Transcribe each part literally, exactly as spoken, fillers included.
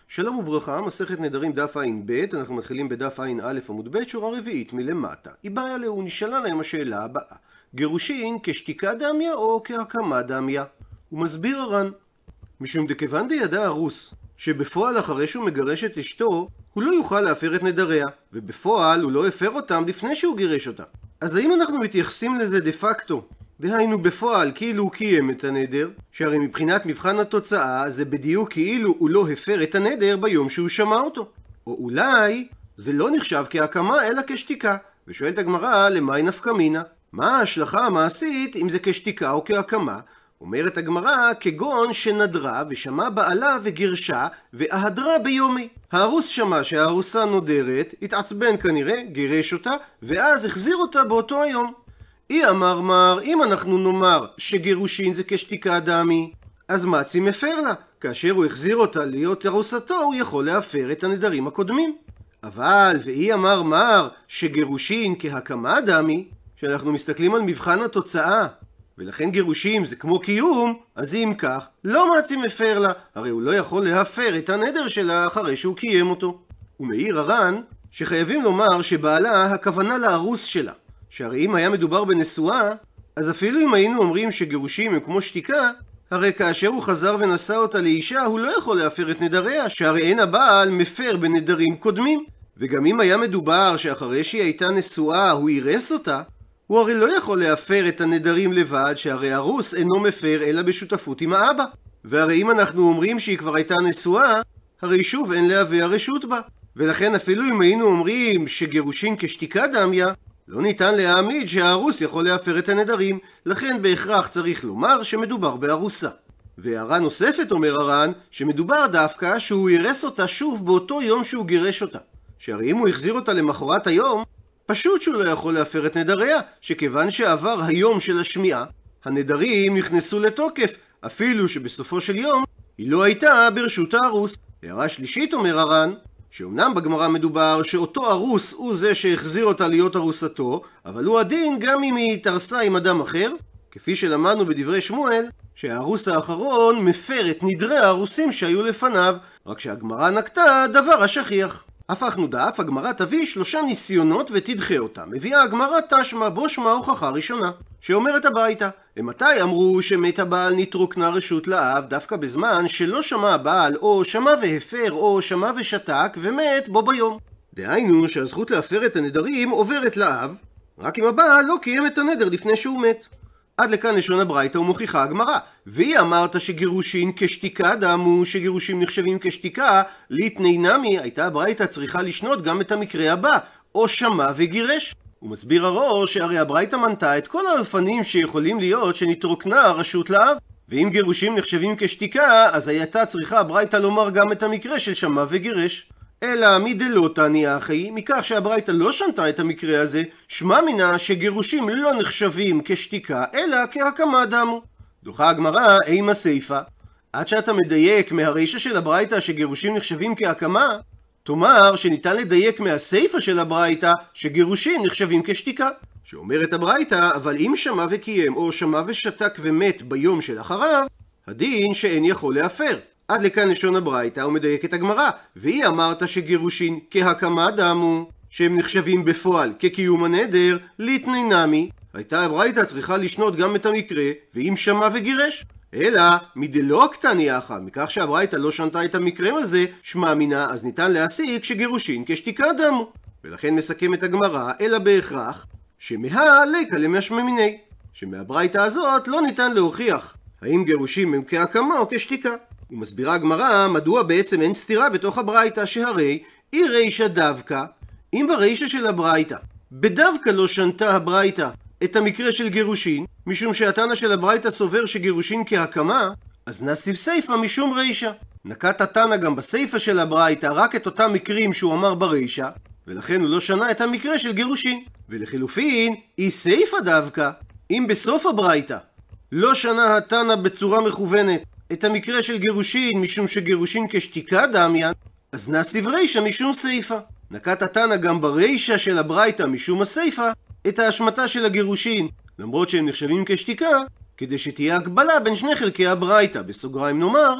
שלום וברכה, מסכת נדרים דף ע"ב, אנחנו מתחילים בדף ע"א עמוד ב', שורה רביעית מלמטה. היא באה אליה ונשאלה להם השאלה הבאה: גירושין כשתיקה דמיה או כהקמה דמיה? הוא מסביר הר"ן, משום דכיוון דידע הרוס שבפועל אחרי שהוא מגרש את אשתו הוא לא יוכל להפר את נדריה, ובפועל הוא לא הפר אותם לפני שהוא גירש אותה. אז האם אנחנו מתייחסים לזה דה פקטו, דהיינו בפועל כאילו הוא קיים את הנדר, שהרי מבחינת מבחן התוצאה זה בדיוק כאילו הוא לא הפר את הנדר ביום שהוא שמע אותו? או אולי זה לא נחשב כהקמה אלא כשתיקה, ושואלת הגמרא למאי נפקא מינה, מה ההשלכה המעשית אם זה כשתיקה או כהקמה? אומרת הגמרא, כגון שנדרה ושמע בעלה וגירשה ואהדרה ביומי. הארוס שמע שהארוסה נודרת, התעצבן כנראה, גירש אותה ואז החזיר אותה באותו היום. אי אמר מר, אם אנחנו נאמר שגירושין זה כשתיקה דמי, אז מצי מפר לה, כאשר הוא החזיר אותה להיות ארוסתו הוא יכול להפר את הנדרים הקודמים. אבל ואי אמר מר שגירושין כהקמה דמי, שאנחנו מסתכלים על מבחן התוצאה ולכן גירושים זה כמו קיום, אז אם כך לא מצי מפר לה, הרי הוא לא יכול להפר את הנדר שלה אחרי שהוא קיים אותו. ומעיר הר"ן שחייבים לומר שבעלה הכוונה לארוס שלה, שהרי אם היה מדובר בנשואה, אז אפילו אם היינו אומרים שגירושים הם כמו שתיקה, הרי כאשר הוא חזר ונשא אותה לאישה הוא לא יכול להפר את נדריה, שהרי אין הבעל מפר בנדרים קודמים. וגם אם היה מדובר שאחרי שהיא הייתה נשואה הוא ירס אותה, הוא הרי לא יכול להפר את הנדרים לבד, שהרי ארוס אינו מפר אלא בשותפות עם האבא. והרי אם אנחנו אומרים שהיא כבר הייתה נשואה, הרי שוב אין להביא רשות בה. ולכן אפילו אם היינו אומרים שגירושין כשתיקה דמיה, לא ניתן להעמיד שהארוס יכול להפר את הנדרים, לכן בהכרח צריך לומר שמדובר בארוסה. והערה נוספת אומר הר"ן, שמדובר דווקא שהוא ירס אותה שוב באותו יום שהוא גירש אותה. שהרי אם הוא החזיר אותה למחרת היום, פשוט שהוא לא יכול להפר את נדריה, שכיוון שעבר היום של השמיעה, הנדרים נכנסו לתוקף, אפילו שבסופו של יום היא לא הייתה ברשות הארוס. הערה שלישית אומר הר"ן, שאומנם בגמרא מדובר שאותו ארוס הוא זה שהחזיר אותה להיות ארוסתו, אבל הוא הדין גם אם היא התארסה עם אדם אחר, כפי שלמדנו בדברי שמואל, שהארוס האחרון מפר את נדרי הארוסים שהיו לפניו, רק שהגמרא נקטה דבר השכיח. הפכנו דף, הגמרא תביא שלושה ניסיונות ותדחה אותם. מביאה הגמרא תשמע בו שמע הוכחה ראשונה, שאומרת הביתה, ומתי אמרו שמת הבעל נתרוקנה רשות לאב? דווקא בזמן שלא שמע הבעל, או שמע והפר, או שמע ושתק, ומת בו ביום. דהיינו שהזכות להפר את הנדרים עוברת לאב, רק אם הבעל לא קיים את הנדר לפני שהוא מת. עד לכאן לשון הברייתא ומוכיחה הגמרא. והיא אמרת שגירושין כשתיקה דמו, שגירושים נחשבים כשתיקה, ליתני נמי, הייתה הברייתא צריכה לשנות גם את המקרה הבא, או שמע וגירש. הוא מסביר הראש שהרי הברייתא מנתה את כל האופנים שיכולים להיות שנתרוקנה הרשות לאב, ואם גירושים נחשבים כשתיקה, אז הייתה צריכה הברייתא לומר גם את המקרה של שמע וגירש. אלא מדלא תניא אחי, מכך שהברייתא לא שנתה את המקרה הזה, שמע מינה שגירושים לא נחשבים כשתיקה אלא כהקמה דמו. דוחה הגמרא אימה סיפה, עד שאתה מדייק מהרישה של הברייתא שגירושים נחשבים כהקמה, תאמר שניתן לדייק מהסיפה של הברייתא שגירושים נחשבים כשתיקה. שאומרת הברייתא, אבל אם שמע וקיים או שמע ושתק ומת ביום שלאחריו, הדין שאין יכול להפר. עד לכאן לשון הברייתא ומדייקת הגמרא. והיא אמרת שגירושין כהקמה דמו, שהם נחשבים בפועל כקיום הנדר, ליתני נמי, הייתה הברייתא צריכה לשנות גם את המקרה ואם שמע וגירש. אלא מדלא הקטני אחא, מכך שהברייתא לא שנתה את המקרה הזה, שמע מינה, אז ניתן להסיק שגירושין כשתיקה דמו. ולכן מסכמת הגמרא, אלא בהכרח שמהה ליקא למשמע מיני, שמהברייתא הזאת לא ניתן להוכיח האם גירושים הם כהקמה או כשתיקה. ומסבירה הגמרא מדוע בעצם אין סתירה בתוך הברייתא, שהרי אי רישא דווקא, אם ברישא של הברייתא בדווקא לא שנתה הברייתא את המקרה של גירושין, משום שהתנא של הברייתא סובר שגירושין כהקמה, אז נסיב סיפא משום רישא. נקט התנא גם בסיפא של הברייתא רק את אותם מקרים שהוא אמר ברישא, ולכן הוא לא שנה את המקרה של גירושין. ולחילופין אי סיפא דווקא, אם בסוף הברייתא לא שנה התנא בצורה מכוונת את המקרה של גירושין משום שגירושין כשתיקה דמיין, אז נסיב רישא משום סיפא. נקט התנא גם ברישא של הברייתא משום הסיפא את ההשמטה של הגירושין, למרות שהם נחשבים כשתיקה, כדי שתהיה הקבלה בין שני חלקי הברייתא. בסוגריים נאמר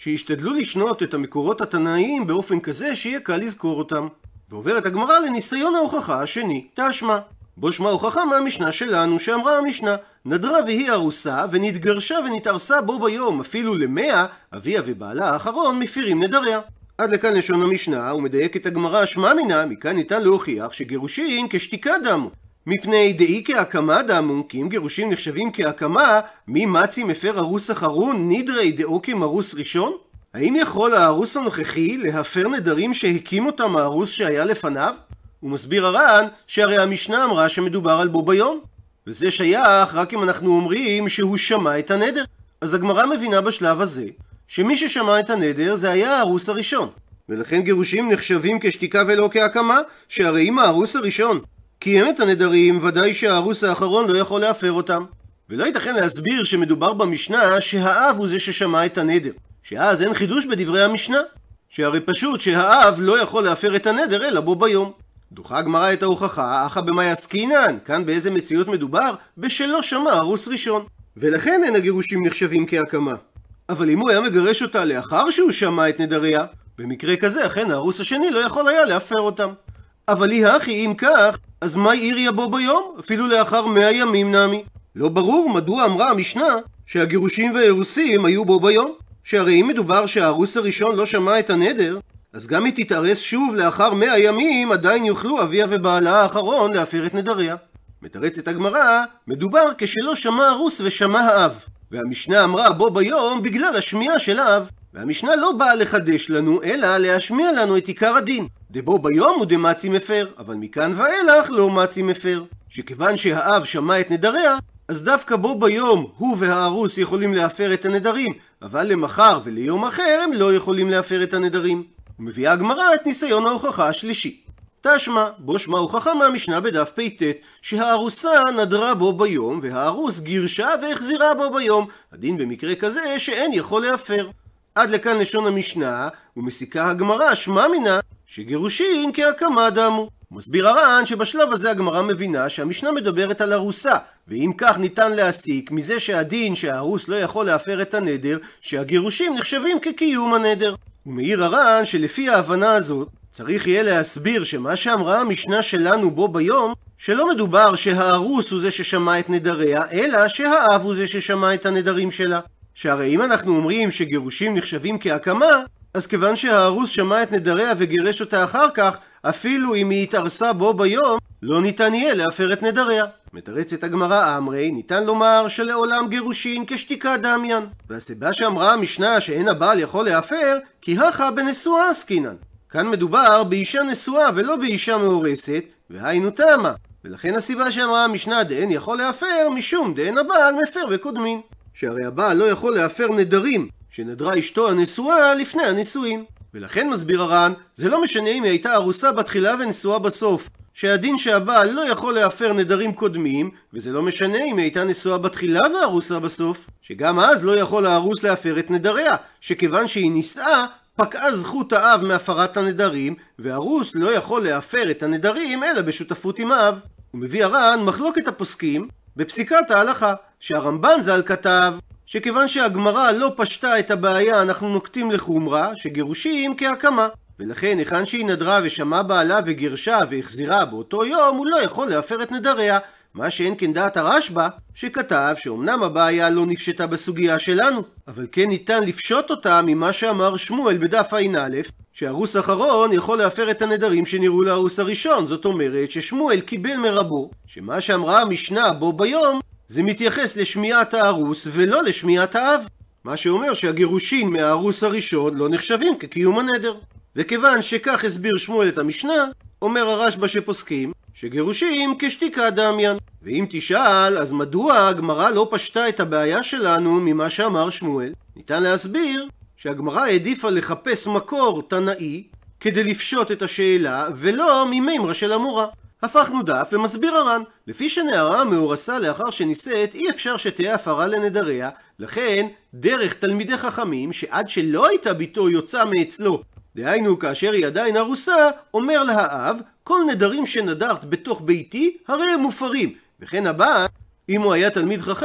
שישתדלו לשנות את המקורות התנאיים באופן כזה שיהיה קל לזכור אותם. ועוברת הגמרא לניסיון ההוכחה השני, תשמע. בו שמע הוכחה מהמשנה שלנו, שאמרה המשנה, נדרה והיא ארוסה, ונתגרשה ונתארסה בו ביום, אפילו למאה, אביה ובעלה האחרון מפירים נדריה. עד לכאן לשון המשנה, ומדייק את הגמרא שמע מינה, מכאן ניתן להוכיח שגירושין כשתיקה דמו. מפני דאי כהקמה דמו, כי אם גירושים נחשבים כהקמה, מי מצי מפר ארוס אחרון נדרי דאו כמרוס ראשון? האם יכול הארוס הנוכחי להפר נדרים שהקים אותם הארוס שהיה לפניו? הוא מסביר הר"ן שהרי המשנה אמרה שמדובר על בו ביום, וזה שייך רק אם אנחנו אומרים שהוא שמע את הנדר. אז הגמרא מבינה בשלב הזה שמי ששמע את הנדר זה היה הארוס הראשון, ולכן גירושים נחשבים כשתיקה ולא כהקמה, שהרי אם הארוס הראשון קיים את הנדרים, ודאי שהארוס האחרון לא יכול להפר אותם. ולא ייתכן להסביר שמדובר במשנה שהאב הוא זה ששמע את הנדר, שאז אין חידוש בדברי המשנה, שהרי פשוט שהאב לא יכול להפר את הנדר אלא בו ביום. דוחה הגמרא את ההוכחה, אחא במאי עסקינן, כאן באיזה מציאות מדובר? בשלא שמע ארוס ראשון, ולכן אין הגירושים נחשבים כהקמה. אבל אם הוא היה מגרש אותה לאחר שהוא שמע את נדריה, במקרה כזה אכן הארוס השני לא יכול היה להפר אותם. אבל היא הכי אם כך, אז מה עיריה בו ביום? אפילו לאחר מאה ימים נמי. לא ברור מדוע אמרה המשנה שהגירושים והאירוסים היו בו ביום, שהרי אם מדובר שהארוס הראשון לא שמע את הנדר, אז גם היא תתארס שוב לאחר מאה ימים, עדיין יוכלו אביה ובעלה האחרון להפר את נדריה. מתרצת הגמרא, מדובר כשלא שמע ארוס ושמע האב, והמשנה אמרה בו ביום בגלל השמיעה של האב, והמשנה לא באה לחדש לנו אלא להשמיע לנו את עיקר הדין, דבו ביום הוא דמצי מפר, אבל מכאן ואילך לא מצי מפר, שכיוון שהאב שמע את נדריה, אז דווקא בו ביום הוא והארוס יכולים להפר את הנדרים, אבל למחר וליום אחר הם לא יכולים להפר את הנדרים. ומביאה הגמרא את ניסיון ההוכחה השלישי. תשמע, בו שמע הוכחה מהמשנה בדף פ"ט, שהארוסה נדרה בו ביום, והארוס גירשה והחזירה בו ביום. הדין במקרה כזה שאין יכול להפר. עד לכאן לשון המשנה, ומסיקה הגמרא שמע מינה, שגירושין כהקמה דמו. מסביר הר"ן שבשלב הזה הגמרא מבינה שהמשנה מדברת על ארוסה, ואם כך ניתן להסיק מזה שהדין שהארוס לא יכול להפר את הנדר, שהגירושים נחשבים כקיום הנדר. ומעיר הר"ן שלפי ההבנה הזאת צריך יהיה להסביר שמה שאמרה המשנה שלנו בו ביום, שלא מדובר שהארוס הוא זה ששמע את נדריה, אלא שהאב הוא זה ששמע את הנדרים שלה. שהרי אם אנחנו אומרים שגירושים נחשבים כהקמה, אז כיוון שהארוס שמע את נדריה וגירש אותה אחר כך, אפילו אם היא התארסה בו ביום, לא ניתן יהיה להפר את נדריה. מתרצת הגמרא אמרי, ניתן לומר שלעולם גירושין כשתיקה דמיין. והסיבה שאמרה המשנה שאין הבעל יכול להפר, כי הכא בנשואה עסקינן. כאן מדובר באישה נשואה ולא באישה מאורסת, והיינו תמה. ולכן הסיבה שאמרה המשנה דאין יכול להפר, משום דאין הבעל מפר בקודמין. שהרי הבעל לא יכול להפר נדרים שנדרה אשתו הנשואה לפני הנישואים. ולכן מסביר הר"ן, זה לא משנה אם היא הייתה ארוסה בתחילה ונשואה בסוף, שהדין שהבעל לא יכול להפר נדרים קודמים, וזה לא משנה אם היא הייתה נשואה בתחילה וארוסה בסוף, שגם אז לא יכול הארוס להפר את נדריה, שכיוון שהיא נישאה, פקעה זכות האב מהפרת הנדרים, והארוס לא יכול להפר את הנדרים אלא בשותפות עם האב. הוא מביא הר"ן מחלוקת הפוסקים בפסיקת ההלכה, שהרמב"ן ז"ל כתב שכיוון שהגמרא לא פשטה את הבעיה אנחנו נוקטים לחומרה שגירושים כהקמה, ולכן היכן שהיא נדרה ושמע בעלה וגירשה והחזירה באותו יום הוא לא יכול להפר את נדריה, מה שאין כן דעת הרשב"א שכתב שאומנם הבעיה לא נפשטה בסוגיה שלנו, אבל כן ניתן לפשוט אותה ממה שאמר שמואל בדף ע"א, שהארוס האחרון יכול להפר את הנדרים שנראו לארוס הראשון. זאת אומרת ששמואל קיבל מרבו שמה שאמרה המשנה בו ביום זה מתייחס לשמיעת הארוס ולא לשמיעת האב, מה שאומר שהגירושין מהארוס הראשון לא נחשבים כקיום הנדר. וכיוון שכך הסביר שמואל את המשנה, אומר הרשב"א שפוסקים שגירושים כשתיקה דמיין. ואם תשאל אז מדוע הגמרא לא פשטה את הבעיה שלנו ממה שאמר שמואל, ניתן להסביר שהגמרא העדיפה לחפש מקור תנאי כדי לפשוט את השאלה ולא ממימרה של המורה. הפכנו דף ומסביר הר"ן, לפי שנערה מאורסה לאחר שנישאת אי אפשר שתהיה הפרה לנדריה, לכן דרך תלמידי חכמים שעד שלא הייתה ביתו יוצא מאצלו, דהיינו כאשר היא עדיין ארוסה, אומר לה האב, כל נדרים שנדרת בתוך ביתי הרי הם מופרים, וכן הבא אם הוא היה תלמיד חכם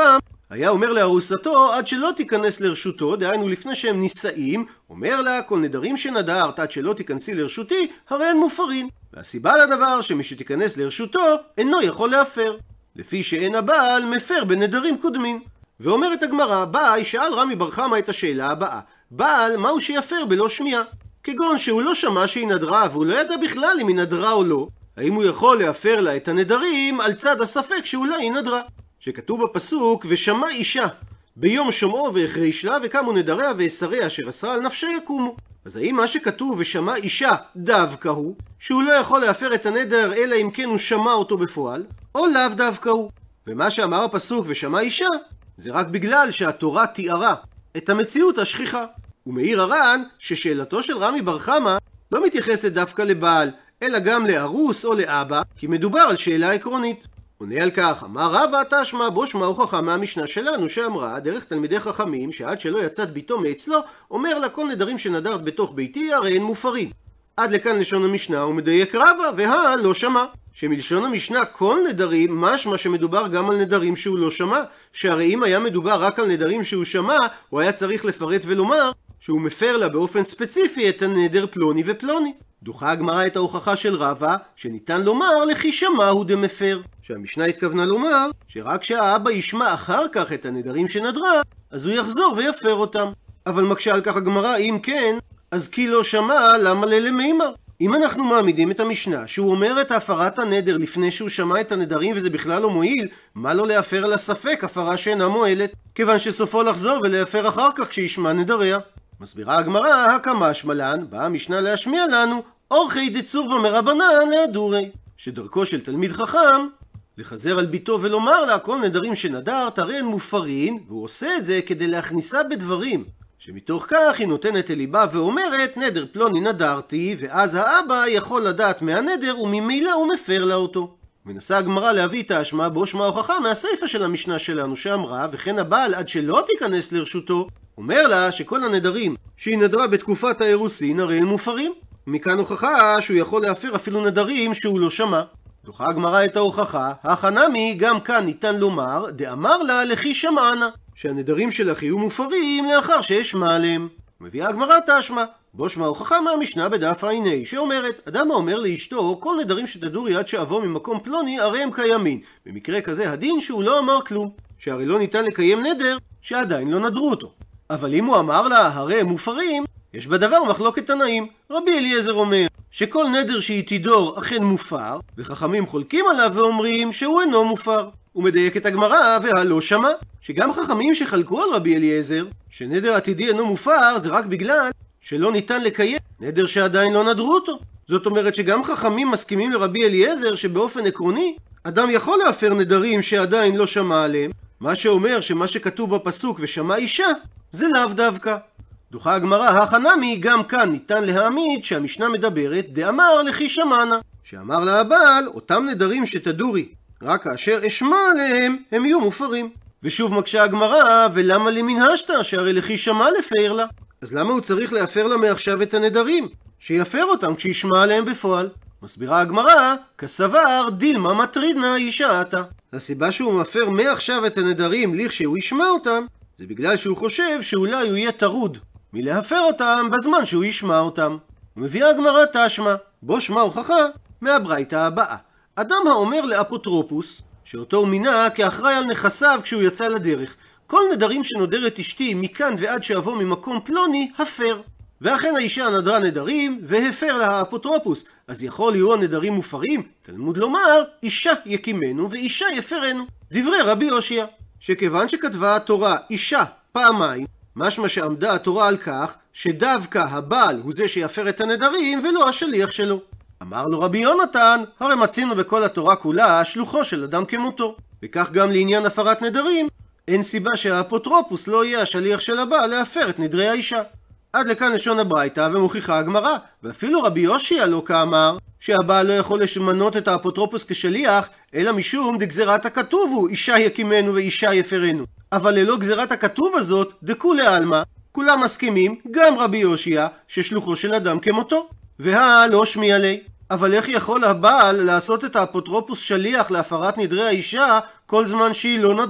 היה אומר לארוסתו עד שלא תיכנס לרשותו, דהיינו לפני שהם נישאים, אומר לה כל נדרים שנדרת עד שלא תיכנסי לרשותי, הרי הן מופרים. והסיבה לדבר שמי שתיכנס לרשותו אינו יכול להפר, לפי שאין הבעל מפר בנדרים קודמים. ואומרת הגמרא, באי שאל רמי בר חמא את השאלה הבאה, בעל מהו שיפר בלא שמיעה? כגון שהוא לא שמע שהיא נדרה והוא לא ידע בכלל אם היא נדרה או לא, האם הוא יכול להפר לה את הנדרים על צד הספק שאולי היא נדרה? שכתוב בפסוק, ושמע אישה ביום שומעו והחריש לה וקמו נדריה ואסריה אשר אסרה על נפשה יקומו. אז האם מה שכתוב ושמע אישה דווקא הוא, שהוא לא יכול להפר את הנדר אלא אם כן הוא שמע אותו בפועל, או לאו דווקא הוא? ומה שאמר הפסוק ושמע אישה זה רק בגלל שהתורה תיארה את המציאות השכיחה. ומעיר הר"ן ששאלתו של רמי בר חמא לא מתייחסת דווקא לבעל, אלא גם לארוס או לאבא, כי מדובר על שאלה עקרונית. עונה על כך, אמר רבא תשמע, בו שמע הוכחה מהמשנה שלנו שאמרה, דרך תלמידי חכמים, שעד שלא יצאת ביתו מאצלו, אומר לה כל נדרים שנדרת בתוך ביתי הרי הן מופרים. עד לכאן לשון המשנה הוא מדייק רבא, והא לא שמע. שמלשון המשנה כל נדרים, משמע שמדובר גם על נדרים שהוא לא שמע, שהרי אם היה מדובר רק על נדרים שהוא שמע, הוא היה צריך לפרט ולומר שהוא מפר לה באופן ספציפי את הנדר פלוני ופלוני. דוחה הגמרא את ההוכחה של רבא, שניתן לומר לכי שמע הוא דמפר. שהמשנה התכוונה לומר שרק שהאבא ישמע אחר כך את הנדרים שנדרה, אז הוא יחזור ויפר אותם. אבל מקשה על כך הגמרא, אם כן, אז כי לא שמע, למה ללמימר? אם אנחנו מעמידים את המשנה שהוא אומר את הפרת הנדר לפני שהוא שמע את הנדרים וזה בכלל לא מועיל, מה לא להפר על הספק הפרה שאינה מועלת, כיוון שסופו לחזור ולהפר אחר כך כשישמע נדריה. מסבירה הגמרא, הקמשמע לן, באה המשנה להשמיע לנו אורחי דצורבא מרבנן להדורי, שדרכו של תלמיד חכם לחזר על ביתו ולומר לה כל נדרים שנדרת הרי הן מופרין, והוא עושה את זה כדי להכניסה בדברים שמתוך כך היא נותנת אל ליבה ואומרת נדר פלוני נדרתי, ואז האבא יכול לדעת מהנדר וממילא הוא מפר לה אותו. מנסה הגמרא להביא את האשמה בו שמע הוכחה מהסיפא של המשנה שלנו שאמרה וכן הבעל עד שלא תיכנס לרשותו, אומר לה שכל הנדרים שהיא נדרה בתקופת האירוסין הרי הם מופרים. מכאן הוכחה שהוא יכול להפר אפילו נדרים שהוא לא שמע. דוחה הגמרא את ההוכחה, החנמי גם כאן ניתן לומר דאמר לה לכי שמענה, שהנדרים שלך יהיו מופרים לאחר שאשמע עליהם. מביאה הגמרא תשמע, בו שמע הוכחה מהמשנה בדף ע"ה שאומרת אדם האומר לאשתו כל נדרים שתדורי עד שאבוא ממקום פלוני הרי הם קיימים. במקרה כזה הדין שהוא לא אמר כלום, שהרי לא ניתן לקיים נדר שעדיין לא נדרו אותו. אבל אם הוא אמר לה הרי הם מופרים, יש בדבר מחלוקת תנאים. רבי אליעזר אומר שכל נדר שהיא תדור אכן מופר, וחכמים חולקים עליו ואומרים שהוא אינו מופר. הוא מדייק את הגמרא והלא שמע, שגם חכמים שחלקו על רבי אליעזר שנדר עתידי אינו מופר זה רק בגלל שלא ניתן לקיים נדר שעדיין לא נדרו אותו. זאת אומרת שגם חכמים מסכימים לרבי אליעזר שבאופן עקרוני אדם יכול להפר נדרים שעדיין לא שמע עליהם, מה שאומר שמה שכתוב בפסוק ושמע אישה זה לאו דווקא. דוחה הגמרא, החנמי גם כאן ניתן להעמיד שהמשנה מדברת דאמר לכי שמענה, שאמר לה הבעל אותם נדרים שתדורי רק כאשר אשמע עליהם הם יהיו מופרים. ושוב מקשה הגמרא, ולמה למנהשת שהרי לכי שמע לפר לה? אז למה הוא צריך להפר לה מעכשיו את הנדרים? שיפר אותם כשישמע עליהם בפועל. מסבירה הגמרא, כסבר דילמה מטרידנה אישה עתה. הסיבה שהוא מפר מעכשיו את הנדרים לכשהוא ישמע אותם זה בגלל שהוא חושב שאולי הוא יהיה טרוד מלהפר אותם בזמן שהוא ישמע אותם. ומביאה הגמרא תשמע, בו שמע הוכחה מהברייתא הבאה. אדם האומר לאפוטרופוס שאותו הוא מינה כאחראי על נכסיו כשהוא יצא לדרך כל נדרים שנודרת אשתי מכאן ועד שאבוא ממקום פלוני הפר, ואכן האישה נדרה נדרים והפר לה האפוטרופוס, אז יכול להיות נדרים מופרים? תלמוד לומר אישה יקימנו ואישה יפרנו. דברי רבי יושע שכיוון שכתבה התורה אישה פעמיים, משמע שעמדה התורה על כך שדווקא הבעל הוא זה שיפר את הנדרים ולא השליח שלו. אמר לו רבי יונתן, הרי מצינו בכל התורה כולה שלוחו של אדם כמותו, וכך גם לעניין הפרת נדרים אין סיבה שהאפוטרופוס לא יהיה השליח של הבעל להפר את נדרי האישה. עד לכאן לשון הברייתא ומוכיחה הגמרא, ואפילו רבי יושע לא כאמר שהבעל לא יכול למנות את האפוטרופוס כשליח אלא משום דגזירת הכתוב הוא אישה יקימנו ואישה יפרנו. אבל ללא גזירת הכתוב הזאת דכולי עלמא כולם מסכימים, גם רבי יושע, ששלוחו של אדם כמותו, והא לא שמיע לי. אבל איך יכול הבעל לעשות את האפוטרופוס שליח להפרת נדרי האישה כל זמן שהיא לא נדרה?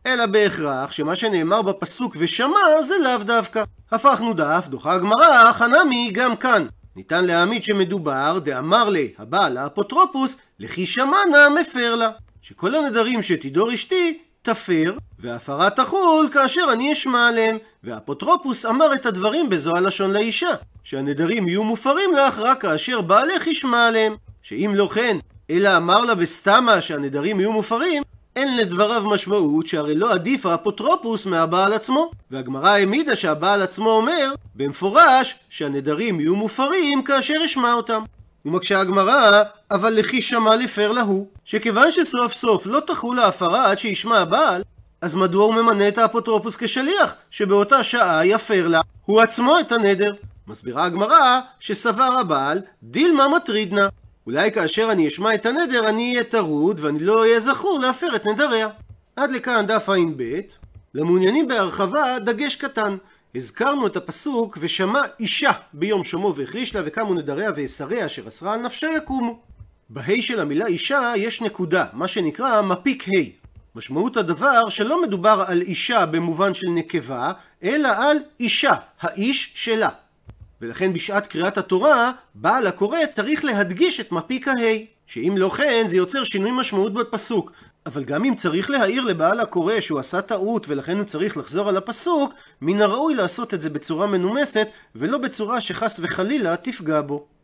אלא בהכרח שמה שנאמר בפסוק ושמע זה לאו דווקא. הפכנו דף, דוחה הגמרא, חנמי גם כאן. ניתן להעמיד שמדובר דאמר לה הבעל האפוטרופוס לכי שמענה מפר לה, שכל הנדרים שתידור אשתי תפר, וההפרה תחול כאשר אני אשמע עליהם. והאפוטרופוס אמר את הדברים בזו הלשון לאישה, שהנדרים יהיו מופרים לך רק כאשר בעלך ישמע עליהם, שאם לא כן אלא אמר לה בסתמה שהנדרים יהיו מופרים, אין לדבריו משמעות, שהרי לא עדיף האפוטרופוס מהבעל עצמו. והגמרא העמידה שהבעל עצמו אומר במפורש שהנדרים יהיו מופרים כאשר ישמע אותם. ומקשה הגמרא, אבל לכי שמע לפר להו, שכיוון שסוף סוף לא תחול ההפרה עד שישמע הבעל, אז מדוע הוא ממנה את האפוטרופוס כשליח, שבאותה שעה יפר לה הוא עצמו את הנדר? מסבירה הגמרא שסבר הבעל דילמה מטרידנה, אולי כאשר אני אשמע את הנדר אני אהיה טרוד ואני לא אהיה זכור להפר את נדריה. עד לכאן דף ע"ב. למעוניינים בהרחבה דגש קטן. הזכרנו את הפסוק ושמע אישה ביום שמו והחריש לה וקמו נדריה ואסריה אשר אסרה על נפשה יקומו. בהי של המילה אישה יש נקודה, מה שנקרא מפיק ה'. משמעות הדבר שלא מדובר על אישה במובן של נקבה, אלא על אישה, האיש שלה. ולכן בשעת קריאת התורה בעל הקורא צריך להדגיש את מפיק ה', שאם לא כן זה יוצר שינוי משמעות בפסוק. אבל גם אם צריך להעיר לבעל הקורא שהוא עשה טעות ולכן הוא צריך לחזור על הפסוק, מן הראוי לעשות את זה בצורה מנומסת ולא בצורה שחס וחלילה תפגע בו.